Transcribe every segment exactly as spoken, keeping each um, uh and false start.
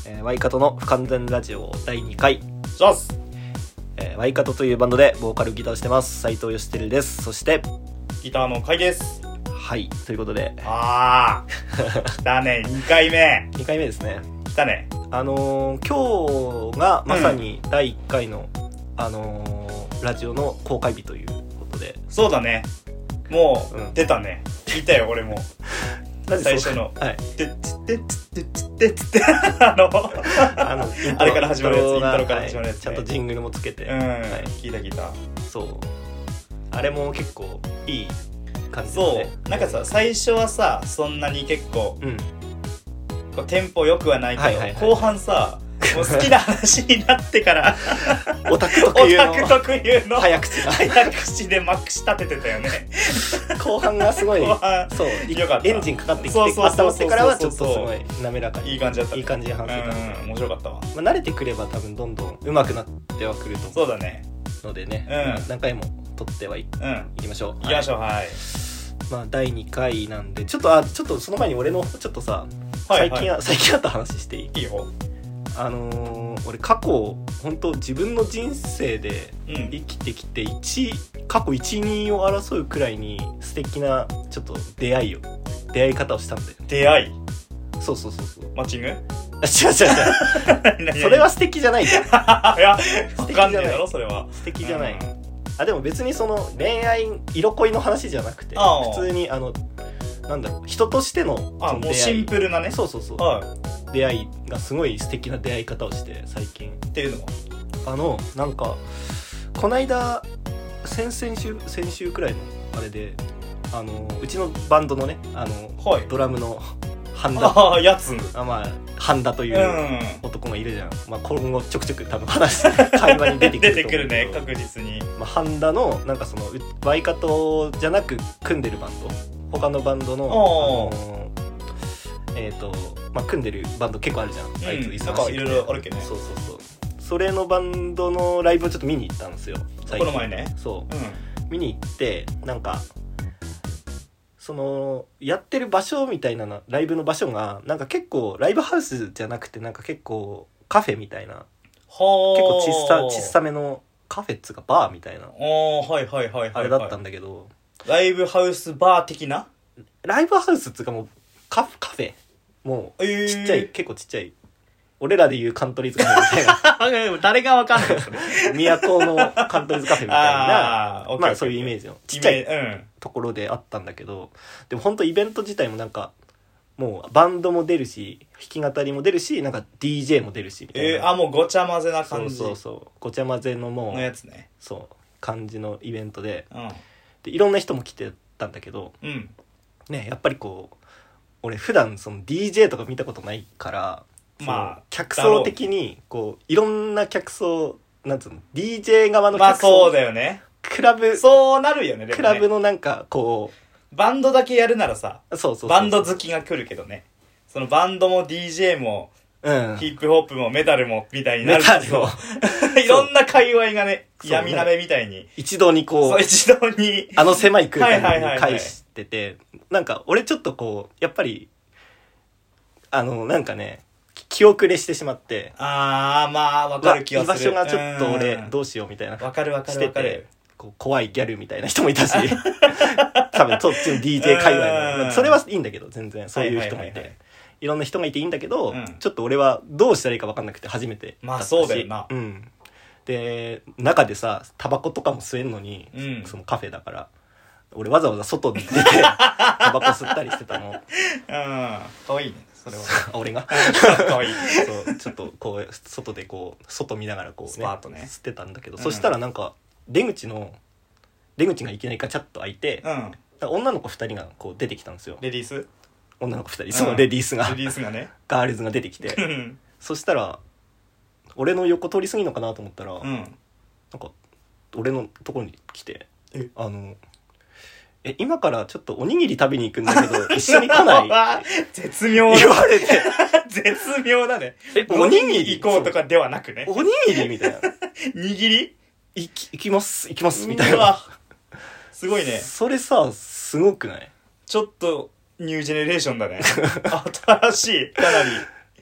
えー、ワイカトの不完全ラジオだいにかいそうっす、 えー、ワイカトというバンドでボーカルギターしてます斉藤義輝です。そしてギターのカイです。 はいということであー来たねにかいめにかいめですね。 来たね。 あのー、今日がまさにだいいっかいの、うん、あのー、ラジオの公開日ということで。 そうだね、もう、うん、出たね。聞いたよ俺も最初のはいでつってつってつってつってあのあのあれから始まるやつ、イントロから始まるやつ、ね、 はい、ちゃんとジングルもつけて、 うん、はい、聞いた聞いた。 そうあれも結構いい感じだね。 そうなんかさ、最初はさそんなに結構、うん、こうテンポ良くはないけど、はいはいはい、後半さもう好きな話になってからオタク特有のオタク特有の早口早口でまくし立ててたよね後半がすごい後半そうよかった。 エンジンかかってきて温まってからはちょっとすごい滑らかにいい感じだった、ね、 いい感じで話せた、 うん、面白かったわ。 まあ、慣れてくれば多分どんどん上手くなってはくると思う。 そうだねのでね、 うん、 何回も撮ってはい、うん、いきましょういきましょう。はい、はい、 まあだいにかいなんでちょっとあちょっとその前に俺のちょっとさ、はいはい、最近あ最近あった話していい？ いいよ。 あのー、俺過去本当自分の人生で生きてきて一、うん、過去いち、にを争うくらいに素敵なちょっと出会いを出会い方をしたんだよ。 出会い？ そうそうそうそう。 マッチング？違う違う違うそれは素敵じゃないじゃん。 いや素敵じゃないだろそれは。 素敵じゃない、うん、あでも別にその恋愛色恋の話じゃなくて普通にあのなんだろう人としてのそのあもうシンプルなね。 そうそうそう、はい、出会いがすごい素敵な出会い方をして最近。 っていうのはあのなんかこないだ先々週先週くらいのあれであのうちのバンドのねあの、はい、ドラムの半田あやつあまあ半田という男がいるじゃん、うんまあ、今後ちょくちょく多分話会話に出てくると思う出てくるね確実に、 まあ、半田のなんかそのワイカトじゃなく組んでるバンド他のバンドの、あのー、えっ、ー、と、まあ、組んでるバンド結構あるじゃん、うん、あいつ忙しくてなんかいろいろあるけどね。 そうそうそうそれのバンドのライブをちょっと見に行ったんですよ最近。 この前ねそう、うん、見に行ってなんかそのやってる場所みたいなのライブの場所がなんか結構ライブハウスじゃなくてなんか結構カフェみたいな結構小さ小さめのカフェっつうかバーみたいなはいはいはいはい、はい、 あれだったんだけどライブハウスバー的なライブハウスっつうかもう カ, カフェもうちっちゃい、えー、結構ちっちゃい俺らでいうカントリーズカフェみたいな誰がわかんないですね都のカントリーズカフェみたいなあまあそういうイメージのちっちゃいところであったんだけど、でも本当イベント自体もなんかもうバンドも出るし弾き語りも出るしなんか ディージェー も出るしみたいな、 えー、あもうごちゃ混ぜな感じ。 そうそうそうごちゃ混ぜのもうのやつね。 そう感じのイベントで、 うん、 でいろんな人も来てたんだけど、 うんね、やっぱりこう俺普段その ディージェー とか見たことないからまあ客層的にこういろんな客層なんつうの ディージェー 側の客層、 まあそうだよね。 クラブそうなるよね。でもねクラブのなんかこうバンドだけやるならさそうそうそうバンド好きが来るけどねそのバンドも ディージェー も、うん、ヒップホップもメタルもみたいになるといろんな界隈がね闇鍋みたいに一堂にこうそう一堂にあの狭い空間に返してて、はいはいはいはい、なんか俺ちょっとこうやっぱりあのなんかね気遅れしてしまってあーまあわかる気がする。 居場所がちょっと俺どうしようみたいなわかるわかるわかるこう怖いギャルみたいな人もいたし多分そっちの ディージェー 界隈のそれはいいんだけど全然そういう人もいて、はいはいはいはい、いろんな人がいていいんだけど、うん、ちょっと俺はどうしたらいいか分かんなくて初めてまあそうだよな、 うん、で中でさタバコとかも吸えんのに、うん、そのカフェだから俺わざわざ外に出てタバコ吸ったりしてたの。うんかわいいねそれは俺がかわいいそうちょっとこう外でこう外見ながらこうね、 スパートね吸ってたんだけど、うん、そしたらなんか出口の出口がいきなりガチャッと開いて、うん、女の子ふたりがこう出てきたんですよ。 レディース女の子ふたり、そのレディースがレディースがねガールズが出てきてそしたら俺の横通り過ぎるのかなと思ったら、うん、なんか俺のところに来てえあのえ今からちょっとおにぎり食べに行くんだけど一緒に来ない絶妙言われて絶妙だね。 えおにぎり行こうとかではなくねおにぎりみたいな握り行き行きます行きますみたいなすごいね。 それさすごくない？ ちょっとニュージェネレーションだね新しいかなり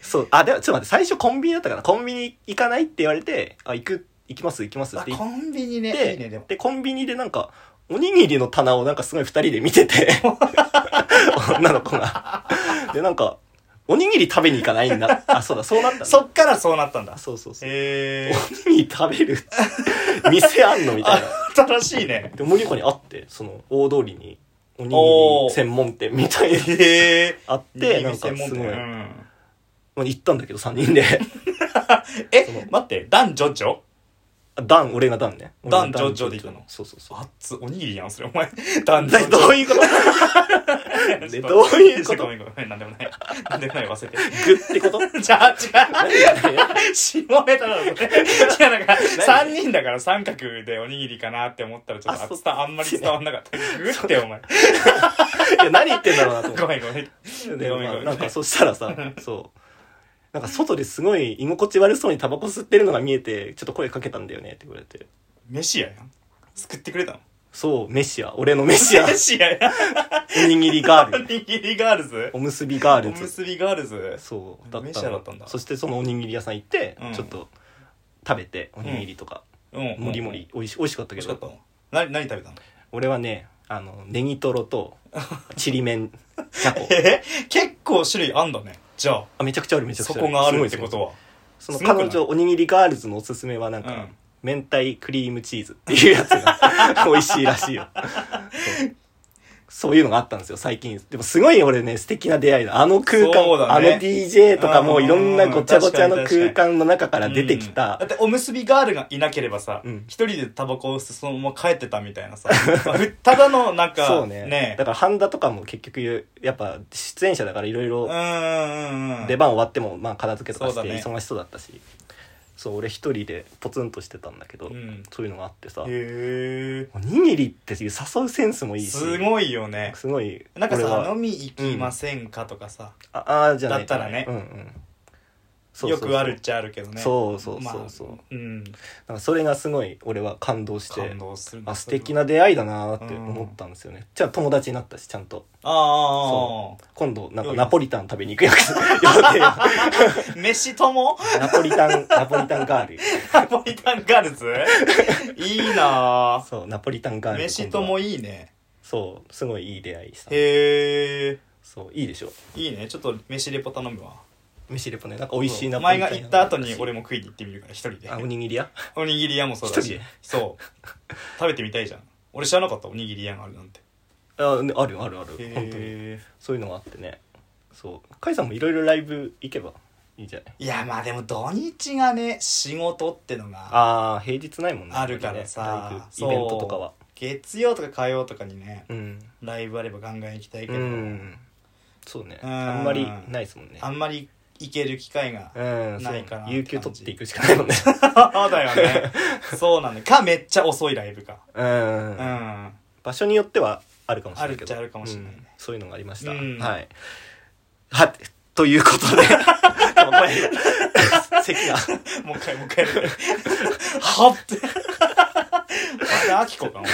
そうあでもちょっと待って最初コンビニだったかなコンビニ行かないって言われてあ行く行きます行きますって言ってコンビニねでいいねでもでコンビニでなんかおにぎりの棚をなんかすごい二人で見てて女の子がでなんかおにぎり食べに行かないんだあそうだそうなったんだそっからそうなったんだそうそうそうへえおにぎり食べる店あんのみたいな新しいねで森子にあってその大通りにおにぎり専門店みたいなへえあってなんかすごい、 うんまあ、行ったんだけどさんにんでえその待って男女女ダン俺がダンねダンジョジョで行くのそうそうそうあっつおにぎりやんそれお前男女などういうことでどういうことごめんごめんなんでもないなんでもない忘れてグってことじゃあ違う下ネタだろそれ違うなんかさんにんだから三角でおにぎりかなって思ったらちょっとあ伝あんまり伝わんなかったグってお前いや何言ってんだろうなと思ってごめんごめんでごめんごめんまあなんかそしたらさそうなんか外ですごい居心地悪そうにタバコ吸ってるのが見えてちょっと声かけたんだよねって言われてメシアやん作ってくれたのそうメシア俺のメシアメシアやおにぎりガーおルにぎりガールズおむすびガールズおむすびガールズそうだったメシアだったんだそしてそのおにぎり屋さん行って、 うんちょっと食べておにぎりとか、 うんもりもりおいし美味しかったけど美味しかったの何何食べたの俺はねあのネギトロとちりめんじゃこえ結構種類あんだねじゃああめちゃくちゃあるめちゃくちゃそこがあるってすごいことはそのすごくない彼女おにぎりガールズのおすすめはなんか、 うん明太クリームチーズっていうやつが美味しいらしいよそうそういうのがあったんですよ最近でもすごい俺ね素敵な出会いだあの空間、 そうだねあの ディージェー とかもうんいろんなごちゃごちゃの確かに空間の中から出てきうんただっておむすびガールがいなければさうん一、人でタバコを吸ってそのまま帰ってたみたいなさただのなんかそうねねだからハンダとかも結局やっぱ出演者だからいろいろうんうんうん出番終わってもまあ片付けとかしてそうだね忙しそうだったしそう俺一人でポツンとしてたんだけど、 うんそういうのがあってさへえおにぎりっていう誘うセンスもいいしすごいよねすごいなんか俺はさ飲み行きませんかとかさ、 ああーじゃないだったらねうんうんそうそうそうよくあるっちゃあるけどねそうそうそうそうまあ、うんなんかそれがすごい俺は感動して感動するあ素敵な出会いだなーって思ったんですよね、じゃあ友達になったしちゃんとああ今度なんかナポリタン食べに行くよ予定よ飯ともナポリタンナポリタンガールナポリタンガールズいいなそうナポリタンガール飯ともいいねそうすごいいい出会いしたへえそういいでしょいいねちょっと飯レポ頼むわ飯レポねなんか美味しいナおポリタン前が行った後に俺も食いに行ってみるから一人であおにぎり屋おにぎり屋もそうだし一人でそう食べてみたいじゃん俺知らなかったおにぎり屋があるなんてあ、ね、あるあるある本当にへそういうのがあってねそう甲斐さんもいろいろライブ行けばいいじゃないいやまあでも土日がね仕事ってのがああ平日ないもんねあるからさライブイベントとかは月曜とか火曜とかにねうんライブあればガンガン行きたいけうど、 んそうねうんあんまりないですもんねあんまり行ける機会がうんないかなそう有給取っていくしかないもんねそうだよねそうなんだかめっちゃ遅いライブかうんうん場所によってはあるかもしれないけどあるっちゃあるかもしれないねうんそういうのがありました、 うんはいはということででもこれ席がもう一回もう一回やるはってまたアキコかお前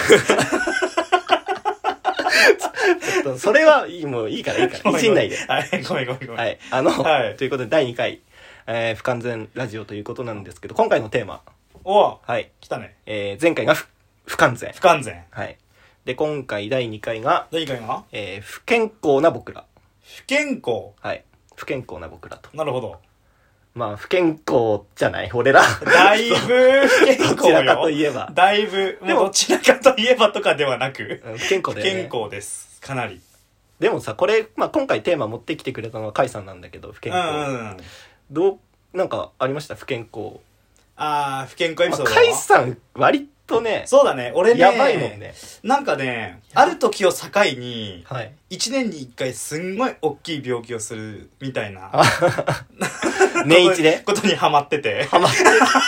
ちょっとそれはいいもういいからいいからいじんないではいごめんごめんごめんはいあの、 はいということでだいにかい、えー不完全ラジオということなんですけど今回のテーマおわはい、 来たねえー前回が不不完全不完全はいで今回だいにかいが、 第二回がえー不健康な僕ら不健康はい不健康な僕らとなるほどまあ不健康じゃない俺らだいぶ不健康よどちらかといえばだいぶでももうどちらかといえばとかではなくうん不健康不だよね健康ですかなりでもさこれ、まあ、今回テーマ持ってきてくれたのは甲斐さんなんだけど不健康、 うんうんうんどうなんかありました不健康あー不健康エピソードまあ、甲斐さん割とねそうだね俺ねやばいもんねなんかねある時を境にはいいちねんにいっかいすんごい大きい病気をするみたいな年一でことにハマっててハマって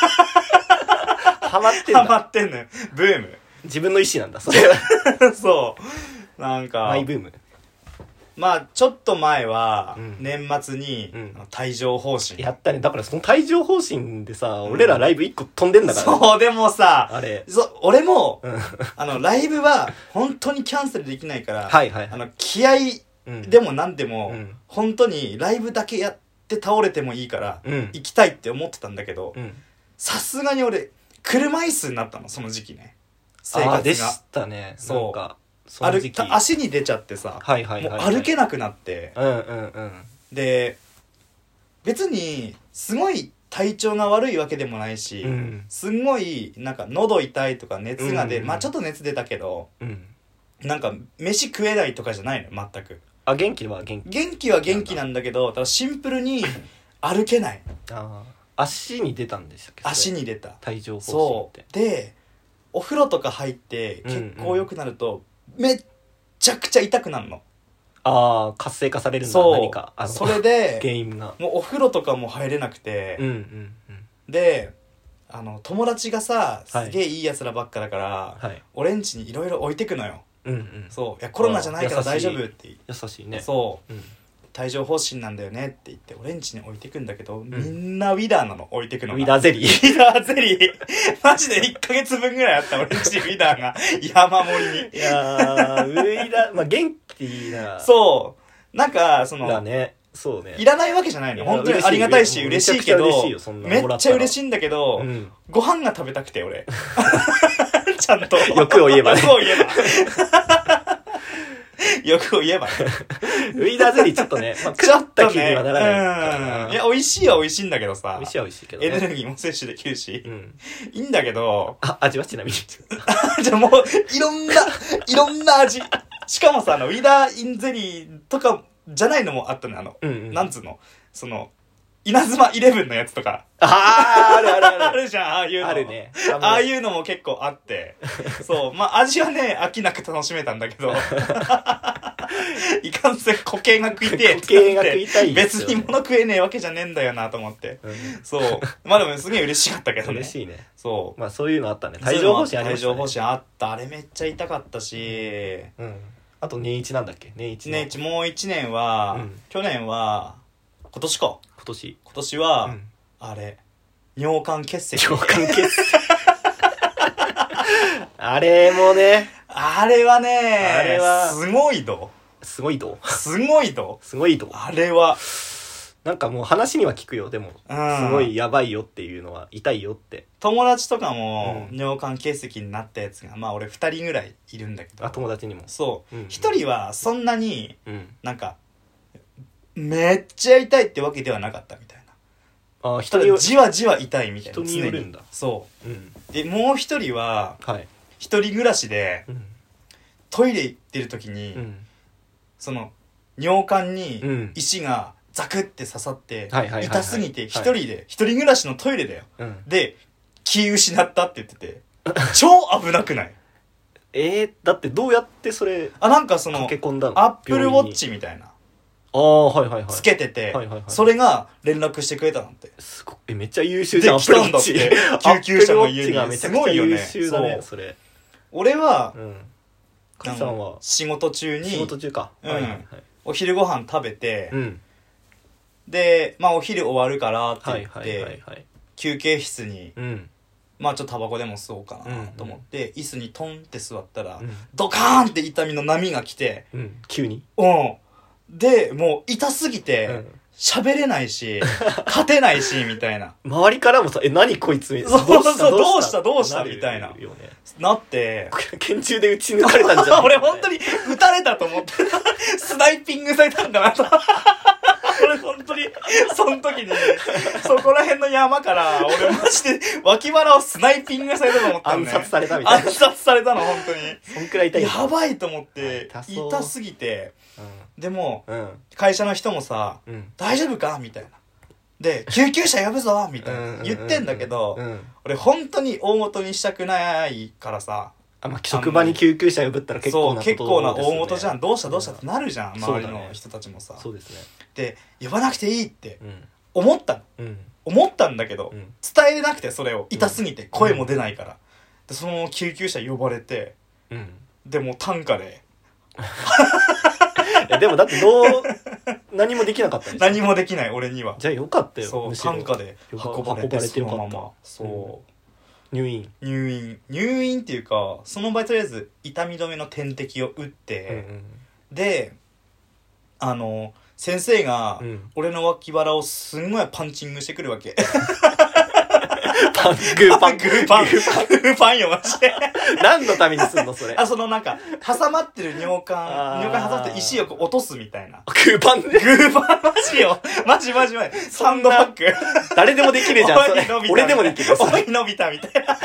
ハマってんハマだってんのよブーム自分の意思なんだそれはそうなんかマイブームまあちょっと前はうん年末にうん帯状疱疹、 やったねだからその帯状疱疹でさ、俺らライブいっこ飛んでんだから、ね、 そうでもさあれそ俺もうんあのライブは本当にキャンセルできないから、 はいはいはいあの気合うんでも何でも、 うん本当にライブだけやって倒れてもいいからうん行きたいって思ってたんだけど、 うんさすがに俺車椅子になったのその時期ね、生活あーでしがたね。 そうなんかその歩時期た足に出ちゃってさ、 はいはいはい、 もうはい、 歩けなくなって、 うんうんうんで別にすごい体調が悪いわけでもないし、 うんすんごいなんか喉痛いとか熱が出る、 うんまあちょっと熱出たけどうんなんか飯食えないとかじゃないの全く。 あ元気は元気。 元気は元気なんだけど、ただシンプルに歩けない。 あー足に出たんでしたっけ。 足に出た。 帯状疱疹そって。 うでお風呂とか入ってうんうん結構良くなると、めっちゃくちゃ痛くなるの。 ああ活性化されるんだ。 そう何かあのそれで原因が。 もうお風呂とかも入れなくて、 うんうんうんであの友達がさはいすげえいいやつらばっかだから、 はい俺ん家にいろいろ置いてくのよ。 うんうんそういやコロナじゃないから大丈夫って言優しいね。 そううん帯状疱疹なんだよねって言って俺ん家に置いてくんだけど、みんなウィダーなの置いてくのが。 ウィダーゼリーウィダーゼリーマジでいっかげつぶんぐらいあった俺んちにウィダーが山盛りに。 いやーウィダーまあ元気なそうなんかそのだね。そうね。 いらないわけじゃないのいや本当にありがたいし嬉しい嬉しいけどめちゃくちゃ嬉しいよそんなめっもらったらちゃ嬉しいんだけど、 うんご飯が食べたくて俺ちゃんと欲を言えばね欲を言えば欲を言えばねウィダーゼリーちょっとね、まあ、 ち食ったょっとね気にはならないからな。 うんいや美味しいは美味しいんだけどさ美味しいは美味しいけどエネね。 ルギーも摂取できるし、 うん。 いいんだけどあ、味はちなみに。 じゃあもういろんないろんな味しかもさあのウィダーインゼリーとかじゃないのもあったのあの、 うんうん。 なんつうのその稲妻イレブンのやつとかあー、あるあるある。 あるじゃんああいうのあるね。 ああいうのも結構あってそうまあ味はね飽きなく楽しめたんだけどいかんせん固形が食いてえ固形が食いたいです別よねに物食えねえわけじゃねえんだよなと思ってうんそうまあでもすげえ嬉しかったけどね嬉しいね。 そうまあそういうのあったね。帯状疱疹ありま帯したね。 状疱疹あったあれめっちゃ痛かったしうん。あと年一なんだっけ年一の。 ねもういちねんは、 うん去年は今年か今年。 今年は、 うん。 あれ尿管結石共感結あれもね、 あれはねあれはすごいどすごいどうすごいどすごいどうあれはなんかもう話には聞くよ。でも、 うんすごいやばいよっていうのは、痛いよって。 友達とかもうん尿管結石になったやつがまあ俺ふたりぐらいいるんだけどあ、友達にも。 そううんひとりはそんなにうん。 なんかめっちゃ痛いってわけではなかったみたいなあ、人によじわじわ痛いみたいな人によるんだ常にそうん。 うでもうひとりははい。 一人暮らしでうん。 トイレ行ってる時に、 うん。 その尿管にうん石がザクって刺さって、 はいはいはいはい痛すぎて一はい人で一人暮らしのトイレだようん。 で気失ったって言ってて超危なくないえー、だってどうやってそれ、 あなんかその駆け込んだのアップルウォッ病チみたいな院にああ、はいはいはい。 つけてて、 はいはいはいそれが連絡してくれたなんてすごい。え、めっちゃ優秀じゃん、 で来たんだって救急車の家にアップルウォッチがめちゃくちゃ優秀だね、 すそれ。 俺はうん。カズさんは、 仕事中に仕事中か。 うんはいはいはい。 お昼ご飯食べて、 うん。 でまあお昼終わるからって言って、 はいはいはいはい。 休憩室にうん。 まあちょっとタバコでも吸おうかなうんと思って、椅子にトンって座ったら、 うん。 ドカーンって痛みの波が来てうん。急に。 うんでもう痛すぎうてん。 喋、れないし立てないしみたいな周りからもさ、え、何こいつみたいな。 そうそうどうしたどうしたなるみたいなよね。 なって拳銃で撃ち抜かれたんじゃない俺本当に撃たれたと思ってスナイピングされたんかなと俺本当にその時にそこら辺の山から俺マジで脇腹をスナイピングされたと思ったん暗ね殺されたみたい暗殺されたの本当にな。そんくらい痛いんだ。 やばいと思って痛そう痛すぎてでもうん。 会社の人もさうん。うん。 大丈夫かみたいなで救急車呼ぶぞみたいうんうんうんな言ってんだけどうん。 俺本当に大事にしたくないからさあ、まあ、職場に救急車呼ぶったら結構なことそう結構なですよね大事じゃんどうしたどうしたってなるじゃんそうだね周りの人たちもさそうですね。 で呼ばなくていいってうん。 思ったのうん。 思ったんだけどうん。 伝えれなくてそれを痛すぎて声も出ないからでそのまま救急車呼ばれてうん。 でもう担架でえでもだってどう、何もできなかったんですよ。 何もできない俺にはじゃあよかったよ。 そうむしろ担架で運ばれ運ばてそれてよかったのままそう入院。 入院入院っていうかその場合とりあえず痛み止めの点滴を打って、 うんであの先生がうん俺の脇腹をすんごいパンチングしてくるわけ。 パン、グーパン。 グーパン。グーパンよ、マジで。 何のためにすんのそれ。 あ、そのなんか、挟まってる尿管、 あー尿管挟まって石をこう落とすみたいな。 グーパングーパンマジよ。マジマジマジ。サンドバッグ。 誰でもできるじゃん、それ。俺でもできる。 おい、伸びたみたいな。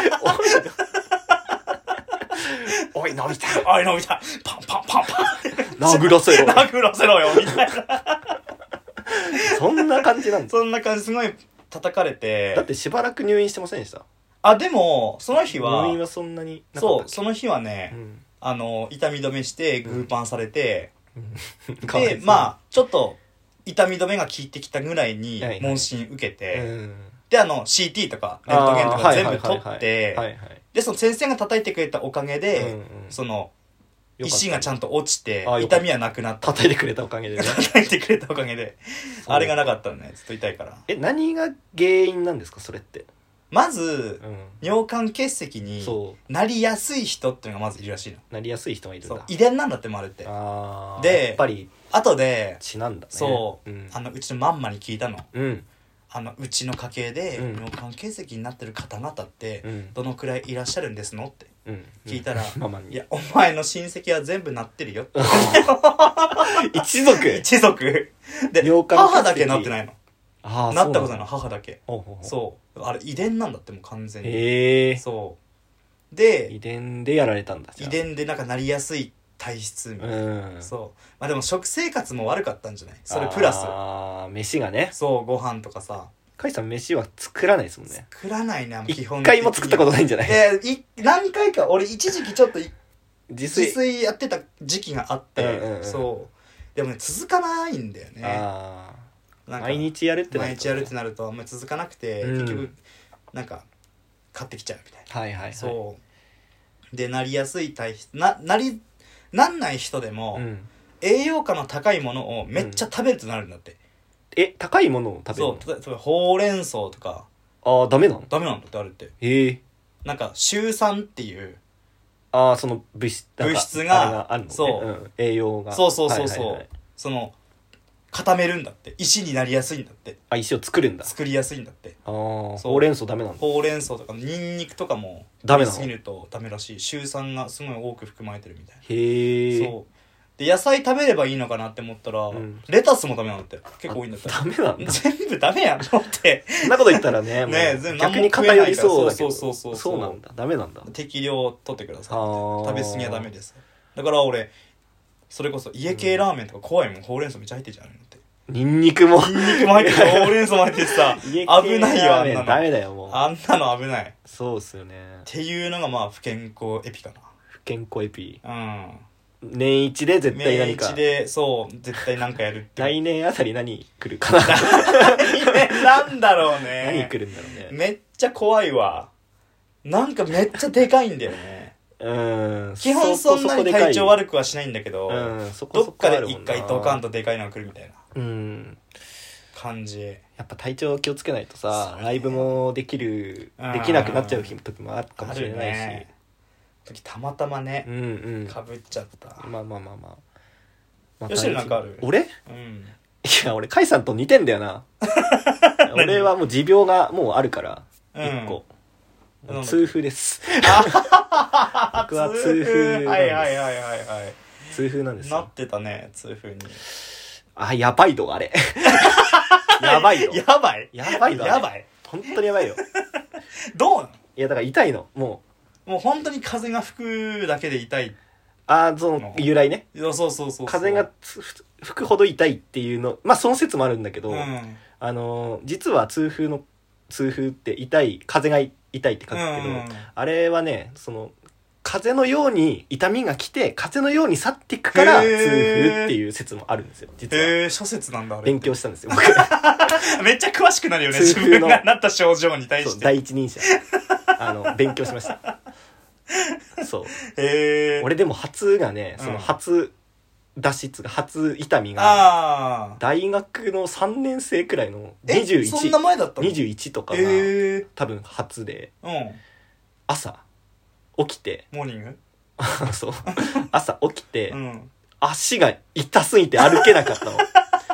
おい、伸びた。 おい、伸びた。パンパンパンパン。 殴らせろ。 殴らせろよ、みたいな。 そんな感じなんだ。 そんな感じ、すごい叩かれて。 だってしばらく入院してませんでした？ あ、でも、その日は、 入院はそんなになかったっけ？ そう、その日はね、 うんあの、痛み止めして、グーパンされて、 かわいそうで、まあ、ちょっと、痛み止めが効いてきたぐらいにはいはい問診受けて、 うんで、あの、シーティー とか、レントゲンとか全部取あーってはいはいはいはいはい、 で、その先生が叩いてくれたおかげで、 うんうんその、 よかった石がちゃんと落ちてあ、よかった痛みはなくなった。 叩いてくれたおかげでね。 叩いてくれたおかげで。 そうあれがなかったらね、ずっと痛いから。 え、何が原因なんですかそれって？ まず、 うん尿管結石にそなりやすい人っていうのがまずいるらしいの。 うなりやすい人がいるんそうだ。 遺伝なんだってもあるって。 あーでやっぱり後で、 血なんだね。 そう、 うんあの、うちのマンマに聞いたの。 うんあの、うちの家系でうん尿管結石になってる方々ってうんどのくらいいらっしゃるんですのってうん聞いたら、 ママにいや、お前の親戚は全部なってるよって。 一族一族で、 尿管結石母だけなってないの。 あーなったことないの、 そう母だけ。 ほうほうほうそう。あれ、遺伝なんだってもう完全に。 へえそう。で、 遺伝でやられたんだじゃあ遺伝でなんかなりやすい体質みたいな。 うんそう。まあでも食生活も悪かったんじゃないそれプラス。 ああ飯がねそう、ご飯とかさ。 カイさん飯は作らないですもんね作らないな、 一基本回も作ったことないんじゃない？ えー、い何回か、俺一時期ちょっとい自炊自炊やってた時期があって、 うんうんうんそう。でもね、続かないんだよね。 ああなんか毎日やるってなると毎日やるってなるとあんまり続かなくて、 うん結局、なんか、買ってきちゃうみたいな。 はいはいはいそう。で、なりやすい体質、な、なり、なんない人でも、 うん栄養価の高いものをめっちゃ食べるとなるんだって。 え高いものを食べるそうの、 例えばほうれん草とか、 ああダメなの？ ダメなんだってあるって。 ええなんか、シュウ酸っていう、 ああその物質なんか物質があれがあるのねそうん栄養がそうそうそうそう、 はいはいはいその、固めるんだって石になりやすいんだって、 あ石を作るんだ作りやすいんだって。 ああそうほうれん草ダメなんだほうれん草とかニンニクとかもダメなの食べ過ぎるとダメらしい。シュウ酸がすごい多く含まれてるみたいな。 へえそうで、野菜食べればいいのかなって思ったら、 んレタスもダメなんだって。結構多いんだって。 ダメなんだ全部ダメやんと思って。 そんなこと言ったらねもうね全部逆に偏りそうだけどそうそうそうそうそうなんだダメなんだ適量取ってくださいあー食べ過ぎはダメです。だから俺それこそ家系ラーメンとか怖いもん、ほうれん草めっちゃ入ってんじゃんって。 ニンニクもニンニクも入ってるほうれん草も入っててさ家系危ないよ、あんなラーメンダのメだよもうあんなの危ないっそうっすよねていうのがまあ不健康エピか不健康エピな。 年一で絶うん対何か年一でそう絶対何かやるって来年あたり何来るかななんだろうね何来るんだろうねめっちゃ怖いわ。なんかめっちゃでかいんだよね。 うん基本そんなに体調悪悪くはしないんだけど、 うんそこどっかそこあるもんなで一回ドカンとでかいのが来るみたいなうん感じ。 やっぱ体調気をつけないとさそうねライブもできるうんできなくなっちゃう日時もあるかもしれないし、 あるね時たまたまねうんうんかぶっちゃった。 まあまあまあまあ、まあよしなんかある俺いうんや俺カイさんと似てんだよな俺はもう持病がもうあるからうん一個、 うん痛風です僕は痛風なんですはいはいはいはいはい痛風なんですよなってたね痛風に。 あやばい度あれやばい度やばいやばい度あれやばい本当にやばいよどうなの。 いやだから痛いのもうもう本当に風が吹くだけで痛い。 あーその由来ねいやそうそうそうそう風がつ吹くほど痛いっていうのまあその説もあるんだけど、 うんあのー実は痛風の痛風って痛い風が痛いって書くけど、 うんあれはねその風のように痛みが来て風のように去っていくからへ痛ー風っていう説もあるんですよ実はへえ諸説なんだあれ。 勉強したんですよ僕めっちゃ詳しくなるよね自痛風の分がなった症状に対そうして。 第一人者あの勉強しましたそうへえ。 俺でも初がねそうんの初脱出が初痛みがああ。 大学のさんねん生くらいのえにじゅういちそんな前だったの。 にじゅういちとかがへえ。 多分初でうん。 朝起きてモーニング。 そう朝起きて、 うん。 足が痛すぎて歩けなかったの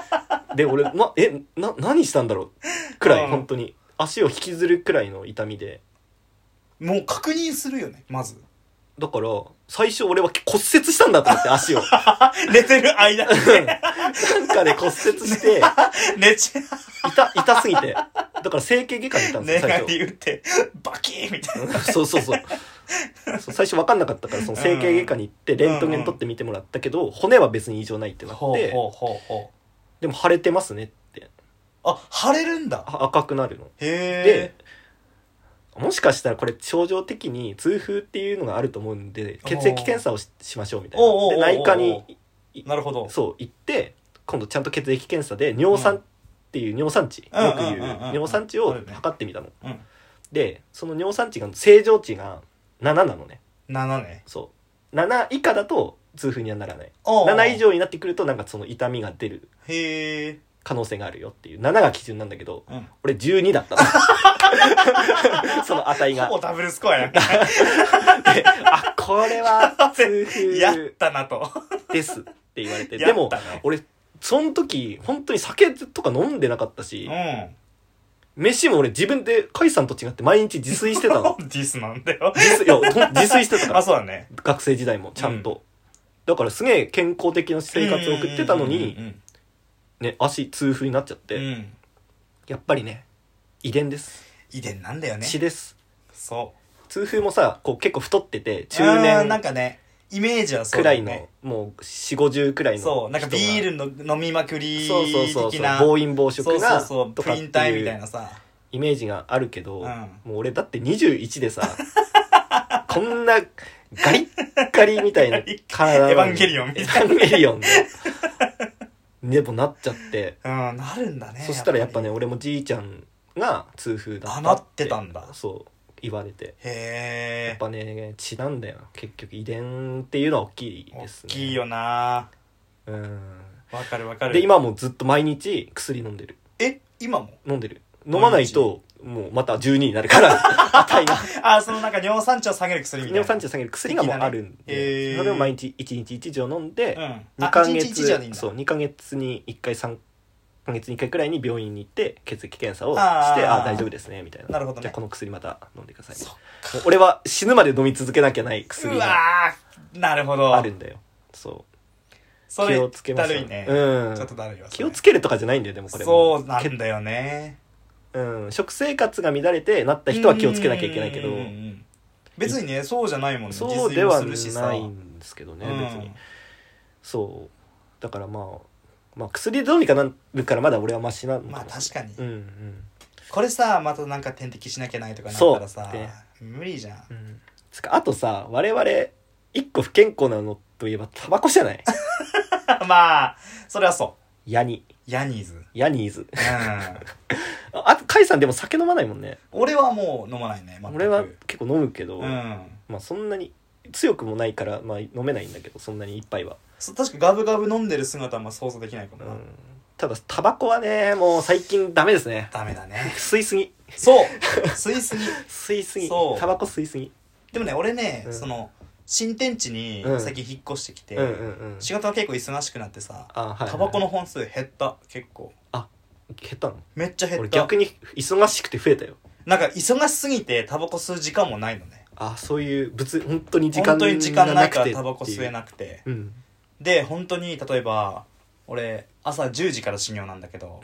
で俺、ま、えな何したんだろうくらい、 うん本当に足を引きずるくらいの痛みで、 もう確認するよねまずだから最初俺は骨折したんだと思って足を寝てる間になんかで骨折して寝ちゃ痛痛すぎて、だから整形外科に行ったんですよ最寝返り打ってバキーンみたいな初そうそうそうそう最初分かんなかったからその整形外科に行ってレントゲン取って見てもらったけど、骨は別に異常ないってなって、 ほうほうほうほうでも腫れてますねって、 あ腫れるんだあ赤くなるのへで、もしかしたらこれ症状的に痛風っていうのがあると思うんで血液検査を し, しましょうみたいなで内科にえなるほどそう行って今度ちゃんと血液検査で尿酸っていう尿酸値、 うんよく言ううんうんうんうん尿酸値をあるね測ってみたの、 うんでその尿酸値が正常値がなななのね。 ななねそうなな以下だと痛風にはならない。 おうおうなな以上になってくるとなんかその痛みが出るへえ可能性があるよっていう。ななが基準なんだけど、 うん俺じゅうにだったのその値がほぼダブルスコアやんであこれは痛風やったなとですって言われて、 やでもったね俺その時本当に酒とか飲んでなかったし、 うん飯も俺自分で甲斐さんと違って毎日自炊してたのディスなんだよ自炊いやほん自炊してたからあそうだね学生時代もちゃんと、うん、だからすげえ健康的な生活を送ってたのに、 うんうんうんうんね、足痛風になっちゃって、うん、やっぱりね遺伝です。 遺伝なんだよね。 血です。 そう痛風もさこう結構太ってて中年なんかねイメージはそうくらいの、もうよんじゅうごじゅうくらいのそうなんかビールの飲みまくり的なそうそうそうそう暴飲暴食がそうそうそうプリン体みたいなさイメージがあるけど、うん、もう俺だってにじゅういちでさこんなガリッガリみたいな体エヴァンゲリオンみたいなエヴァンゲリオンででもなっちゃってうんなるんだね。 そしたらやっぱね俺もじいちゃんが痛風だったってあなってたんだそう言われて、 へえやっぱね血なんだよ結局遺伝っていうのは大きいですね。 大きいよなうんわかるわかる。 で今もずっと毎日薬飲んでる。 え今も飲んでる。飲まないともうまたじゅうにになるから値があそのなんか尿酸値を下げる薬みたいな尿酸値を下げる薬がもうあるんで、ね、それを毎日いちにちいち錠飲んで、うん、にかげつそうにかげつにいっかいさんかげつにいっかいくらいに病院に行って血液検査をしてああ大丈夫ですねみたいな。 なるほどね。 じゃあこの薬また飲んでください。俺は死ぬまで飲み続けなきゃない薬がなるほどあるんだよ。そうそれ気をつけましょう。 だるいね、 うん、 ちょっとだるいわ。 気をつけるとかじゃないんだよでもこれもそうなんだよね。 うん、食生活が乱れてなった人は気をつけなきゃいけないけど別にねそうじゃないもんね。 そうではないんですけどね、うん、別にそうだからまあまあ薬でどうにかなるからまだ俺はマシなのかも。 まあ確かに、 うんうん、 これさまたなんか点滴しなきゃないとかなったらさ無理じゃん、 うん、つかあとさ我々一個不健康なのといえばタバコじゃないまあそれはそうヤニヤニーズヤニーズ、 うん、 あとカイさんでも酒飲まないもんね。 俺はもう飲まないね。 俺は結構飲むけど、 うん、 まあそんなに強くもないから、まあ、飲めないんだけどそんなに一杯は確かガブガブ飲んでる姿は想像できないかもな、うん、 ただタバコはねもう最近ダメですね。 ダメだね吸いすぎそう吸いすぎ吸いすぎそうタバコ吸いすぎ。 でもね俺ね、うん、その新天地に最近引っ越してきて、うんうんうんうん、仕事が結構忙しくなってさ、はいはいはい、タバコの本数減った結構。 あ減ったの？ めっちゃ減った。 俺逆に忙しくて増えたよ。 なんか忙しすぎてタバコ吸う時間もないのね。 あそういう物本当に時間本当に時間ないからタバコ吸えなくて、 うん、 で本当に例えば俺朝じゅうじから始業なんだけど、 うん、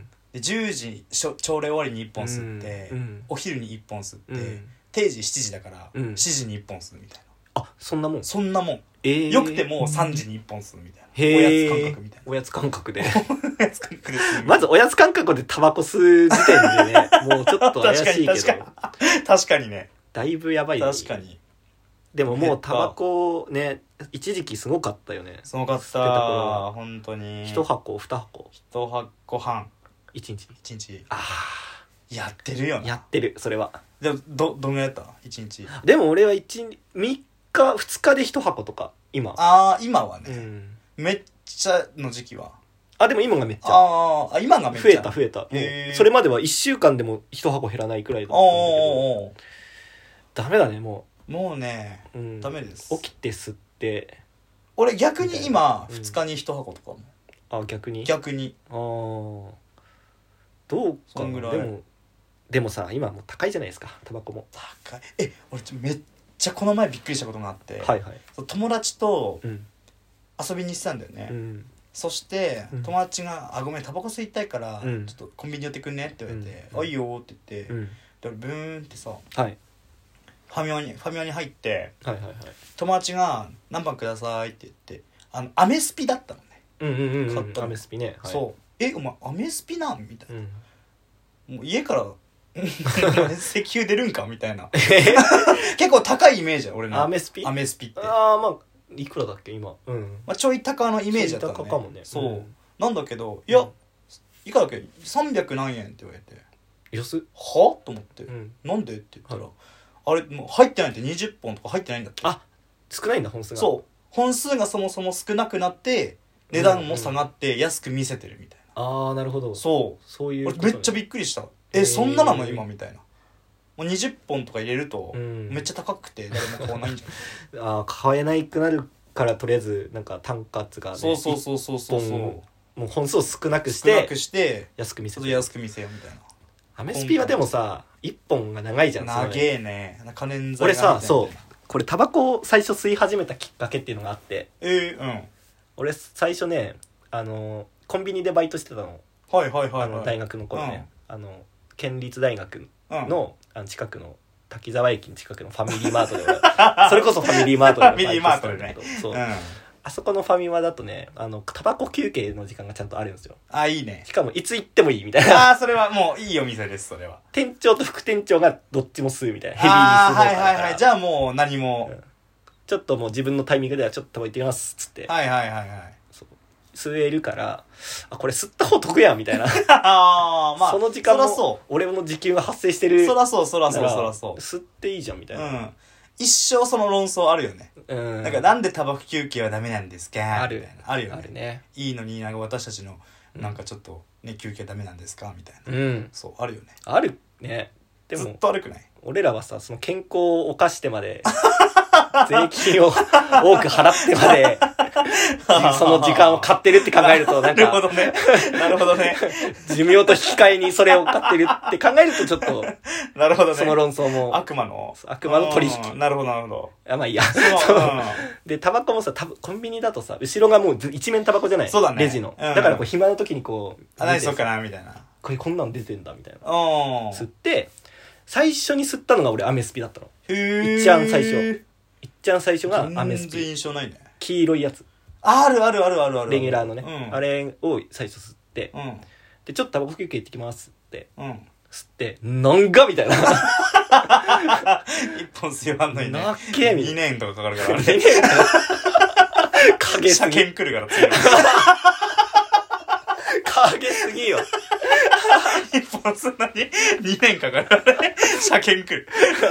でじゅうじ朝礼終わりにいっぽん吸って、うん、お昼にいっぽん吸って、うん、定時しちじだから、うん、しちじにいっぽん吸うみたいな。 あそんなもんそんなもん、 えー、 よくてもさんじにいっぽん吸うみたいな。 へおやつ感覚みたいな。 おやつ感覚でおやつ感覚でまずおやつ感覚でタバコ吸う時点でねもうちょっと怪しいけど確かに確かに確かにねだいぶやばい、ね、 確かに。 でももうタバコね一時期すごかったよね。 すごかった本当に。 一箱二箱一箱半一日一日。 ああやってるよな。 やってるそれは。 でもどどんぐらいやった一日。 でも俺は一みっかふつかで一箱とか今。 ああ今はね、 うん、 めっちゃの時期は。 あでも今がめっちゃああ今がめっちゃ増えた増えた。それまではいっしゅうかんでも一箱減らないくらいだったんだけどダメだねもうもうね、 うん、 ダメです。 起きて吸って俺逆に今ふつかに一箱とかも、 あ逆に逆に。 あーどうかそんぐらいでもでもさ今もう高いじゃないですかタバコも。 高い。え俺ちょめっちゃこの前びっくりしたことがあって、 はいはい。 そう友達とうん遊びに行ってたんだよね、 うんそしてうん友達が「あごめんタバコ吸いたいから、 うんちょっとコンビニ寄ってくんね」って言われて「 うんあいいよ」って言って、 うんで俺ブーンってさはいファミマにファミマに入ってはいはいはい友達が「何番ください」って言ってあのアメスピだったのね、 うんうんうんうん買ったのアメスピね、はい、 そう「えお前アメスピなん?」みたいな、 うんもう家から石油出るんかみたいな結構高いイメージだ俺のアメスピアメスピってああまあいくらだっけ今うんまあ、ちょい高のイメージだったのねちょい高かもねそう、 うんなんだけどいや、 うんいくらだっけさんびゃく何円って言われて安っはと思って、 うんなんでって言ったら、 はいあれもう入ってないってにじゅっぽんとか入ってないんだってあ少ないんだ本数がそう本数がそもそも少なくなって値段も下がって安く見せてるみたいな、 ああなるほどそうそういう俺めっちゃびっくりしたえへーそんななの今みたいなもうにじゅっぽんとか入れると、 うんめっちゃ高くて誰も買わないんじゃんああ買えないくなるからとりあえずなんか単価がねそうそうそうそうそうそう一本もう本数を少なくし少なてくして安く見せてちょっと安く見せようみたいなアメスピはでもさいっぽんが長いじゃん長それえね可燃剤俺さがみたいなそうこれタバコを最初吸い始めたきっかけっていうのがあってえー、うん俺最初ねあのコンビニでバイトしてたのはいはいはい、はい、 あの大学の頃ね、あの県立大学の,、あの近くの滝沢駅の近くのファミリーマートで俺それこそファミリーマートで俺バイトしてたんだけどそう、 うん、 あそこのファミマだとねあのタバコ休憩の時間がちゃんとあるんですよ。 あいいねしかもいつ行ってもいいみたいなああそれはもういいお店ですそれは店長と副店長がどっちも吸うみたいなヘビーに吸うのあーはいはいはいじゃあもう何も、 うんちょっともう自分のタイミングではちょっとタバコ行ってきますっつって、 はいはいはいはいそう吸えるからあこれ吸った方得やんみたいなああまあその時間そらそも俺も時給が発生してうるそらそうそらそうならそらそう吸っていいじゃんみたいな、 うん一生その論争あるよね、 うん、 なんかなんでタバコ休憩はダメなんですかあるみたいなあるよねあるねいいのになんか私たちのなんかちょっとね休憩ダメなんですかみたいな、 うんそうあるよねあるねでずっもと悪くない俺らはさその健康を犯してまで税金を多く払ってまでその時間を買ってるって考えるとなんなるほかどねなるほどね寿命と引き換えにそれを買ってるって考えるとちょっとなるほどねその論争も悪魔の悪魔の取うん引なるほどなるほどあまあいいやそうそううんでタバコもさたコンビニだとさ後ろがもうず一面タバコじゃないそうだねレジの、 うんだからこう暇の時にこうあ何そう見てさかなみたいなこれこんなん出てんだみたいなうん吸って最初に吸ったのが俺アメスピだったのへーいっちゃん最初いっちゃん最初がアメス全然ピ印象ないね黄色いやつあるあるあるあるあるレギュラーのね、 うんあれを最初吸ってうんでちょっとタバコ休憩行ってきますってうん吸ってなんがみたいな一本吸いわんのにねなっけみたいになねんとかかかるからあれ車影すぎ検来るから次の影すぎよ一本吸うのににねんかかるからね車検来る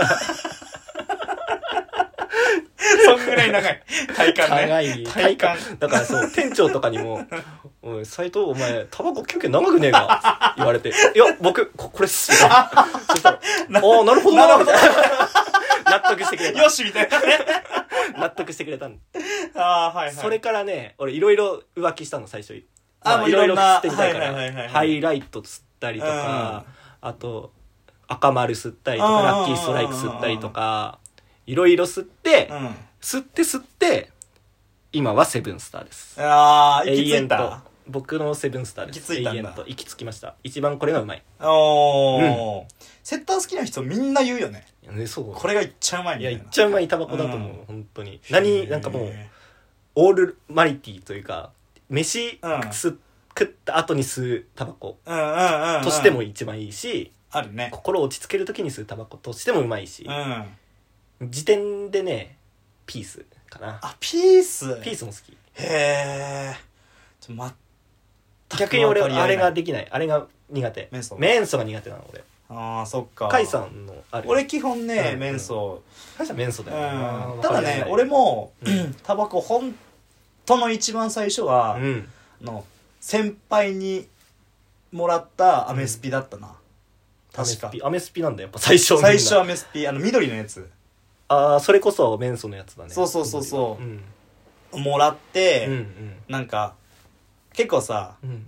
そんぐらい長い体感ね長い体感だからそう店長とかにも「おい斉藤お前タバコ休憩長くねえか?」言われて「いや僕ここれっす」みたいなそしたら「ああなるほどな」みたいな納得してくれたよしみたいなね納得してくれたんああはいはいそれからね俺いろいろ浮気したの最初あもういろんな吸ってみたいからはいはいはいはいハイライト吸ったりとかあと赤丸吸ったりとかうんラッキーストライク吸ったりとかいろいろ吸ってうん吸って吸って今はセブンスターですああ行き着い永遠とた僕のセブンスターです行き着いたんだ永遠と行き着きました一番これがうまいおーセッター好きな人みんな言うよねねそうこれがいっちゃうまいみたいないやいっちゃうまいタバコだと思う、 うん本当に何なんかもうオールマイティというか飯うん吸食った後に吸うタバコうんうんうんうんとしても一番いいし、 あるね心を落ち着ける時に吸うタバコとしてもうまいしう、ん時点でねピースかなあピースピースも好きへえちょま逆に俺分かり合えないあれができないあれが苦手メンソメンソが苦手なの俺あーそっかカイさんのある俺基本ね、 うんメンソカイさんメンソだよな、 うんただね俺もうんタバコ本当の一番最初は、 うんあの先輩にもらったアメスピだったな、 アメ確かスピアメスピなんだやっぱ最初最初アはメスピあの緑のやつああそれこそメンソのやつだねそうそうそうそううんもらって、 うんうんなんか結構さうん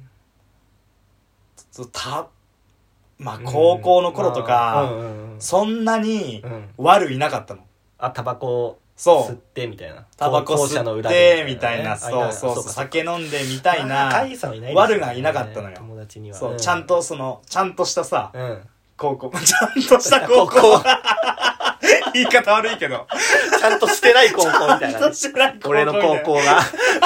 たまあ高校の頃とか、 うんうんうん、 そんなにうん悪いなかったの。 あタバコそう吸ってみたいなタバコ校舎の裏吸ってでみたいな、 あそうそうそうか酒飲んでみたいあなカイさんはいないですよね悪がいなかったのよ。 友達にはそう、 んちゃんとそのちゃんとしたさうん高校ちゃんとした高校高校言い方悪いけどちゃんとしてない高校みたいちゃんなとしてない高校俺の高校が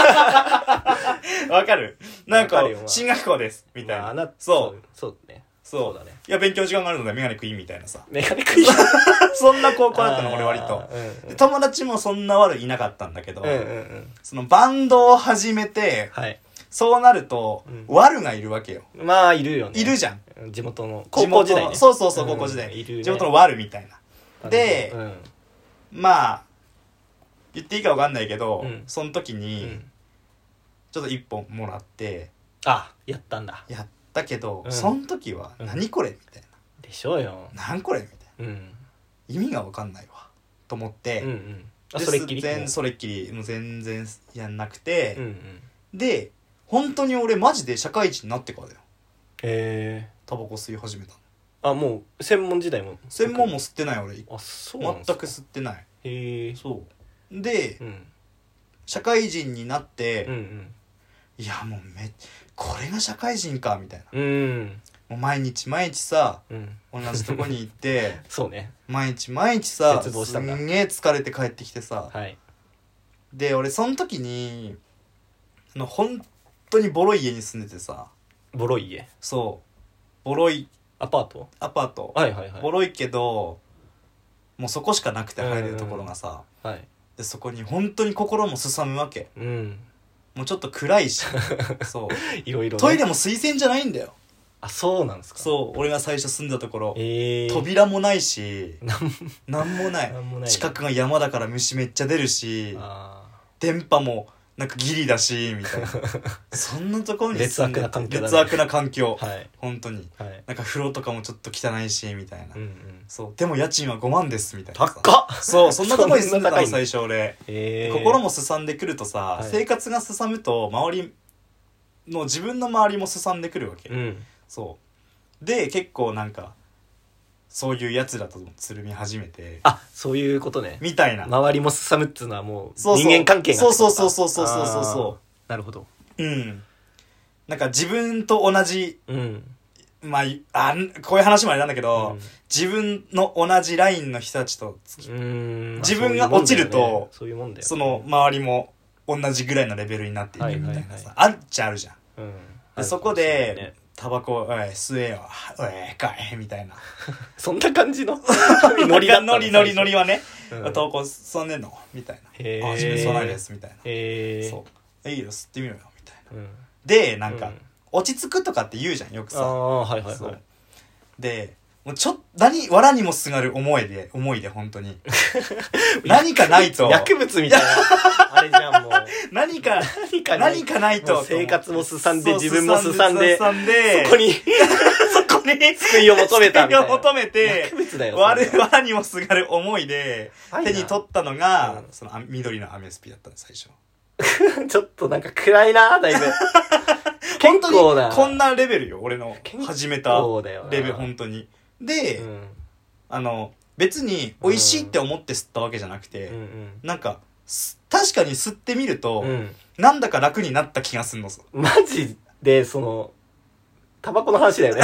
わかるなんかわかるよまあ進学校ですみたいな、 まあなそうそうそうねそうそうだねいや勉強時間があるのでメガネクイーンみたいなさメガネクイーンそんな高校だったの俺割とあーうんで友達もそんな悪いなかったんだけど、 うんうんうんそのバンドを始めてはいそうなると、 うん悪がいるわけよ。 まあいるよねいるじゃん。 地元の高校時代ね地元のそうそうそう高校時代、 うんいるね地元の悪みたいな。で、 うんまあ言っていいか分かんないけど、 うんその時うにんちょっと一本もらってあやったんだやったけど、 うんその時はうん何これみたいでしょうよな、何これみたいなうん意味が分かんないわと思って、 うんうんあでそれっきり全それっきりもう全然やんなくて、 うんうんで本当に俺マジで社会人になってからだよへえタバコ吸い始めたの。 あもう専門時代も専門も吸ってない俺あそうなんですか全く吸ってない。 へえそうで、 うん社会人になって、 うんうんいやもうめこれが社会人かみたいな、 うんもう毎日毎日さうん同じとこに行ってそうね毎日毎日さ絶望したんだすんげえ疲れて帰ってきてさ、 はいで俺その時にあの本当にボロい家に住んでてさ、 ボロい家そうボロいアパートアパート、 はいはいはいボロいけどもうそこしかなくて入れるところがさ、 はいでそこに本当に心もすさむわけ。 うんもうちょっと暗いしそういろいろねトイレも水洗じゃないんだよ。 あそうなんですかそう俺が最初住んだところ、 ええ扉もないしなんもなんもないなんもない近くが山だから虫めっちゃ出るしあ電波もなんかギリだしみたいなそんなところに劣悪な環境だね劣悪な環境、 ーはい本当にはいなんか風呂とかもちょっと汚いしみたいな、 うんうんそうでも家賃はごまんですみたいなさ高っそうそんなところに住んでたのそんな高いの最初俺、 ええ心もすさんでくるとさ、 はい生活がすさむと周りの自分の周りもすさんでくるわけ、 うんそうで結構なんかそういうやつらとつるみ始めてあそういうことねみたいな、 周りもすさむっつうのはもうそうそう人間関係がそうそうそうそうそうそうそうあーそなるほどううんなんか自分と同じうんまあいあんこういう話もあれなんだけど、 うん自分の同じラインの人たちとつきうーん自分が落ちるとそういうもんだよねその周りも同じぐらいのレベルになっていくみたいなさ、 はいはいはいあるっちゃあるじゃん。 うんでそこあるかもしれないでねタバコおい吸えよおいかいみたいなそんな感じのノリだったのノリノリノリはね、 うんタバコ吸わねえのみたいなへーあ自分吸わないですみたいな、 へえそうえいいよ吸ってみろよみたいなうんでなんか、 うん落ち着くとかって言うじゃんよくさああはいはいそうはいでもうちょっと何藁にもすがる思いで思いで本当に何かないと薬物みたいなあれじゃんもう何か何かない何かないともう生活もすさんでそう自分もすさんですさんでそこにそこに救いを求めたみたいな救いを求めて薬物だよ藁そんな藁にもすがる思いではいな手に取ったのが、 うんそのあ緑のアメスピだったの最初ちょっとなんか暗いなだいぶ本当結構なにこんなレベルよ俺の結構始めただよなレベル本当にで、 うんあの別に美味しいって思って吸ったわけじゃなくて、 うんなんかす確かに吸ってみると、 うんうんなんだか楽になった気がすんのさマジでそのタバコの話だよね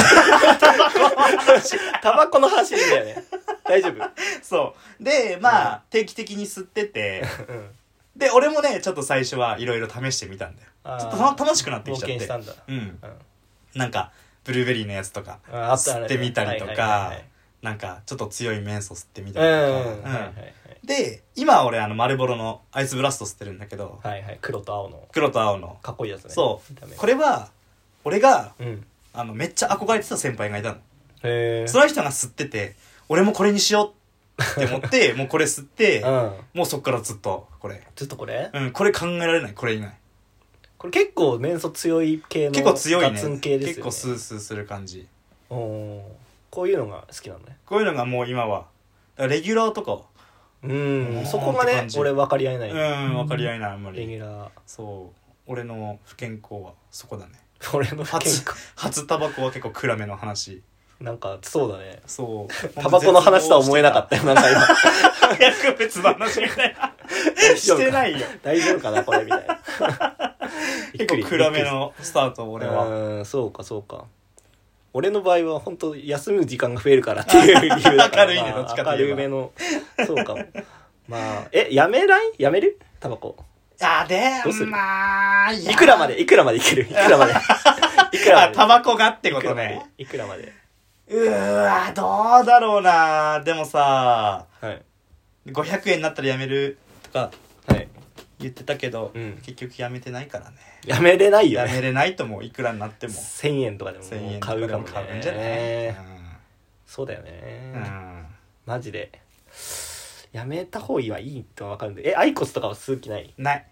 タバコの話だよね大丈夫そうでまあ、定期的に吸っててうんで俺もねちょっと最初はいろいろ試してみたんだよあーちょっとた楽しくなってきちゃって冒険したんだうんうんなんかブルーベリーのやつとかああったね吸ってみたりとはいはいはいかはいなんかちょっと強いメンソ吸ってみたうんりとか、 はいはいはいで今は俺あのマルボロのアイスブラスト吸ってるんだけど、 はいはい黒と青の黒と青のかっこいいやつねそう見た目これは俺がうんあのめっちゃ憧れてた先輩がいたのへえその人が吸ってて俺もこれにしようって思ってもうこれ吸ってうんもうそっからずっとこれずっとこれうんこれ考えられないこれ以外これ結構メンソ強い系の結構強いねガツン系ですよね結構スースーする感じおーこういうのが好きなのねこういうのがもう今はだからレギュラーとかうんおーそこがねって感じ俺分かり合えないうん分かり合えないあんまりレギュラーそ俺の不健康はそこだね。 俺の不健康初初タバコは結構暗めの話。 なんかそうだね。 そうタバコの話とは思えなかったよ。なんか今薬物の話みたいなしてないよ。 大丈夫かなこれみたいな結構暗めのスタート俺は。 うんそうかそうか。俺の場合は本当休む時間が増えるからっていう理由だから明るいねどっちかといえば明るめのそうかも。まあえやめないやめるタバコあでどうするまあいいくらまでいくらまでいけるいくらまでいくらまであタバコがってことね。 いくらまでうーわどうだろうな。でもさはいごひゃくえんになったらやめるとかはい言ってたけど、 うん結局やめてないからね。 やめれないよね。 やめれないと思う。いくらになってもせんえんとかでもせんえんと買うかもね。 かでも買うんじゃない、 そうだよね、 うんうんマジでやめた方がいいとは分かるんで。えアイコスとかは吸う気ない？ ない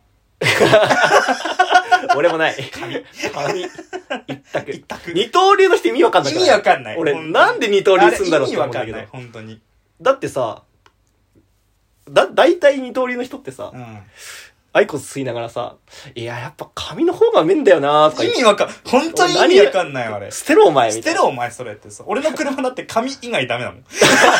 俺もない紙紙一択一択二刀流の人意味わかんない意味わかんない。 俺本当になんで二刀流すんだろうってあれ意味わかんない思うんだけど。 本当に。 だってさだ大体二刀流の人ってさ、 うんアイコス吸いながらさ、いややっぱ紙の方がうめえんだよなとか言って、 意味わかん本当に意味わかんないあれ。 捨てろお前みたいな。 捨てろお前それってさ。俺の車だって紙以外ダメだもん。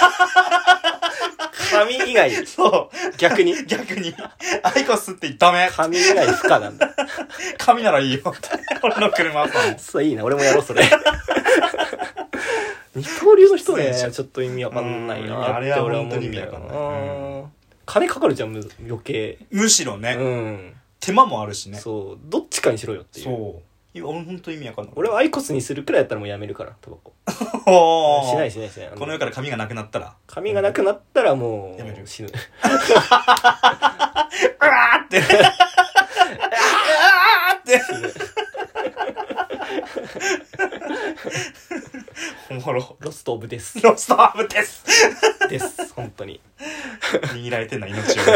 紙以外そう逆に逆にアイコスってダメ。 紙以外不可なんだ。 紙ならいいよって俺の車はさ。 そういいな俺もやろうそれ。二刀流の人ねそうでしょちょっと意味わかんないなうんあれはって俺は思うんだよ本当に意味わかんないな。金かかるじゃんむ余計。 むしろね、 うん手間もあるしね。 そうどっちかにしろよっていう。 そういや俺本当に意味わかんない。 俺はアイコスにするくらいやったらもうやめるからタバコ。 おーしないしないしない。 この世から紙がなくなったら髪がなくなったらもうやめる死ぬ。 うわーってうわーって死ぬおもろ。 ロストオブですロストアブですです本当に握られてんな命を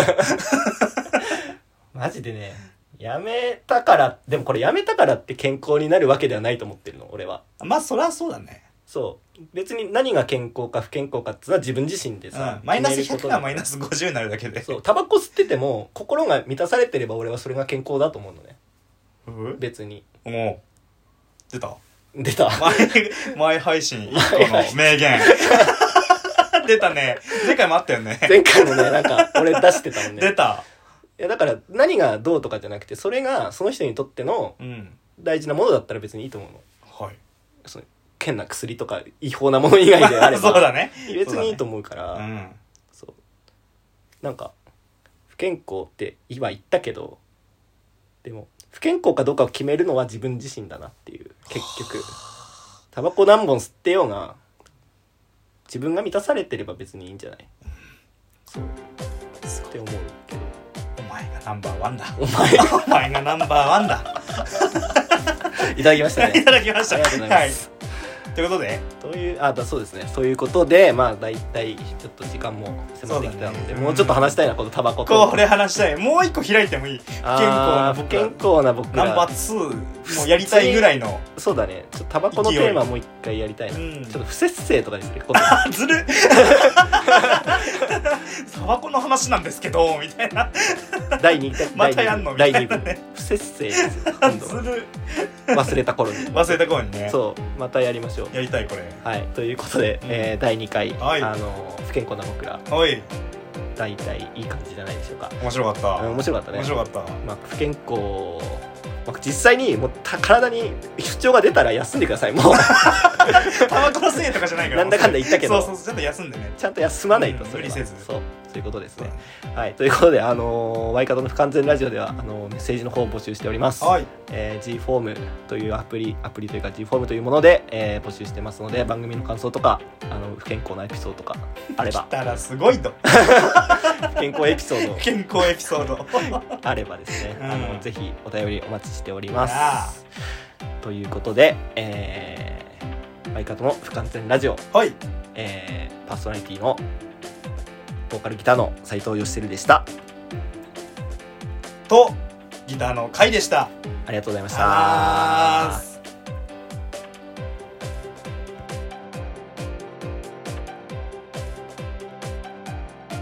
マジでねやめたからでもこれやめたからって健康になるわけではないと思ってるの俺は。 まあそりゃそうだね。 そう別に何が健康か不健康かっていうのは自分自身でさ、 うん、マイナスひゃく決めることだがマイナスごじゅうになるだけで。 そうタバコ吸ってても心が満たされてれば俺はそれが健康だと思うのねう別に。 もう出た出た前前配信いっこの名言出たね。前回もあったよね。 前回もねなんか俺出してたもんね。 出た。 いやだから何がどうとかじゃなくてそれがその人にとってのうん大事なものだったら別にいいと思うの。 はい。 その変な薬とか違法なもの以外であればそうだね。 別にいいと思うからそうだね。 そうなんか不健康って今言ったけどでも不健康かどうかを決めるのは自分自身だなっていう結局タバコ何本吸ってようが自分が満たされてれば別にいいんじゃない。そうって思うけどうん。お前がナンバーワンだ。 お前お前がナンバーワンだ。 いただきましたねいただきました。 ありがとうございます、 はい。ということで、 というあだそうですねそういうことでまあ大体ちょっと時間も迫ってきたので、 そうだねもうちょっと話したいなこのタバコとこれ話したい。もう一個開いてもいい。不健康な僕ら不健康な僕らナンバーツーもうやりたいぐらいの。 そうだねちょっとタバコのテーマもう一回やりたいな、 うんちょっと不節制とかですねこあずるタバコの話なんですけどみたいな。 のだいにまたやんのみたいなねだいに部不節制ですよ今度ずる忘れた頃に忘れた頃にね。 そうまたやりましょう。 やりたいこれ。 はいということで、 うんえーだいにかい、 はいあの不健康な僕らおい大体いい感じじゃないでしょうか。 面白かった。 うん面白かったね面白かった。 まあ、不健康、まあ、実際にもうた体に不調が出たら休んでくださいもうタバコのせいとかじゃないから。 なんだかんだ言ったけどそうそうちょっと休んでね。 ちゃんと休まないとうんそれは、 無理せずそうそういうことですね。はいということであのー、ワイカトの不完全ラジオではあのー、メッセージの方を募集しております。 はい。 えー、G フォームというアプリアプリというか G フォームというもので、えー募集してますので番組の感想とかあの不健康なエピソードとかあれば来たらすごいと。 不健康エピソード健康エピソード。 あればですね、 うんあのぜひお便りお待ちしておりまあす。ということで、えー、ワイカトの不完全ラジオ、 はい。 えー、パーソナリティのボーカルギターの斉藤義輝でした。 とギターの回でした。 ありがとうございましあーた。